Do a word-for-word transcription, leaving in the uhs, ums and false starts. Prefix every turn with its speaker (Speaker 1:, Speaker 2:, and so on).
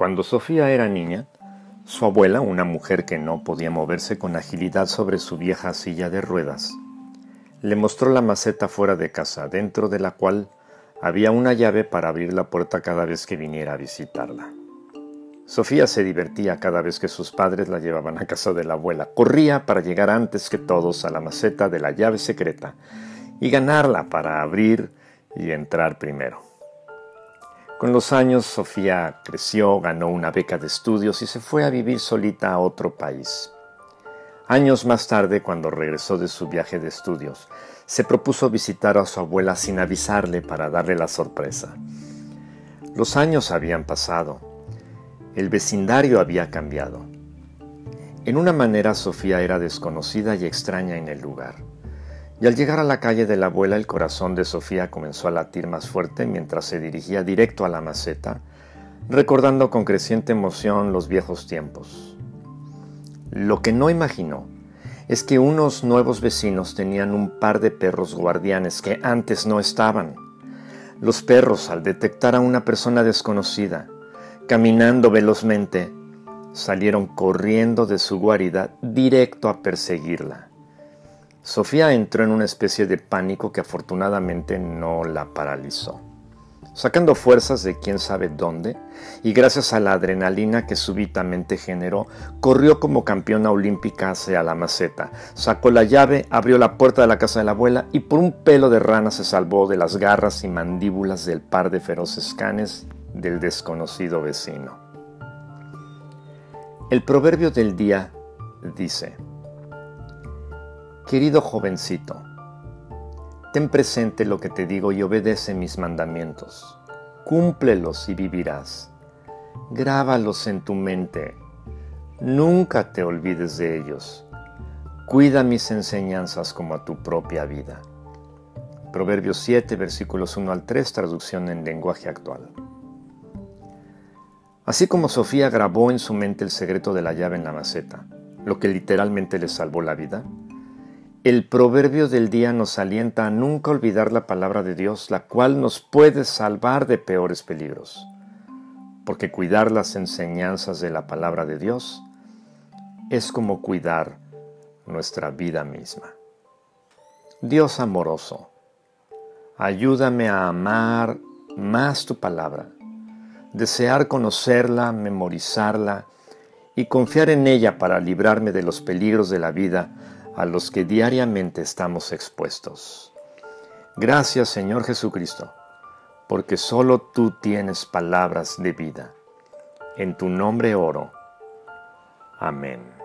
Speaker 1: Cuando Sofía era niña, su abuela, una mujer que no podía moverse con agilidad sobre su vieja silla de ruedas, le mostró la maceta fuera de casa, dentro de la cual había una llave para abrir la puerta cada vez que viniera a visitarla. Sofía se divertía cada vez que sus padres la llevaban a casa de la abuela. Corría para llegar antes que todos a la maceta de la llave secreta y ganarla para abrir y entrar primero. Con los años, Sofía creció, ganó una beca de estudios y se fue a vivir solita a otro país. Años más tarde, cuando regresó de su viaje de estudios, se propuso visitar a su abuela sin avisarle para darle la sorpresa. Los años habían pasado. El vecindario había cambiado. En una manera, Sofía era desconocida y extraña en el lugar. Y al llegar a la calle de la abuela, el corazón de Sofía comenzó a latir más fuerte mientras se dirigía directo a la maceta, recordando con creciente emoción los viejos tiempos. Lo que no imaginó es que unos nuevos vecinos tenían un par de perros guardianes que antes no estaban. Los perros, al detectar a una persona desconocida, caminando velozmente, salieron corriendo de su guarida directo a perseguirla. Sofía entró en una especie de pánico que afortunadamente no la paralizó. Sacando fuerzas de quién sabe dónde, y gracias a la adrenalina que súbitamente generó, corrió como campeona olímpica hacia la maceta, sacó la llave, abrió la puerta de la casa de la abuela y por un pelo de rana se salvó de las garras y mandíbulas del par de feroces canes del desconocido vecino. El proverbio del día dice: Querido jovencito, ten presente lo que te digo y obedece mis mandamientos. Cúmplelos y vivirás. Grábalos en tu mente. Nunca te olvides de ellos. Cuida mis enseñanzas como a tu propia vida. Proverbios siete, versículos uno al tres, traducción en lenguaje actual. Así como Sofía grabó en su mente el secreto de la llave en la maceta, lo que literalmente le salvó la vida, el proverbio del día nos alienta a nunca olvidar la palabra de Dios, la cual nos puede salvar de peores peligros. Porque cuidar las enseñanzas de la palabra de Dios es como cuidar nuestra vida misma. Dios amoroso, ayúdame a amar más tu palabra, desear conocerla, memorizarla y confiar en ella para librarme de los peligros de la vida a los que diariamente estamos expuestos. Gracias, Señor Jesucristo, porque solo tú tienes palabras de vida. En tu nombre oro. Amén.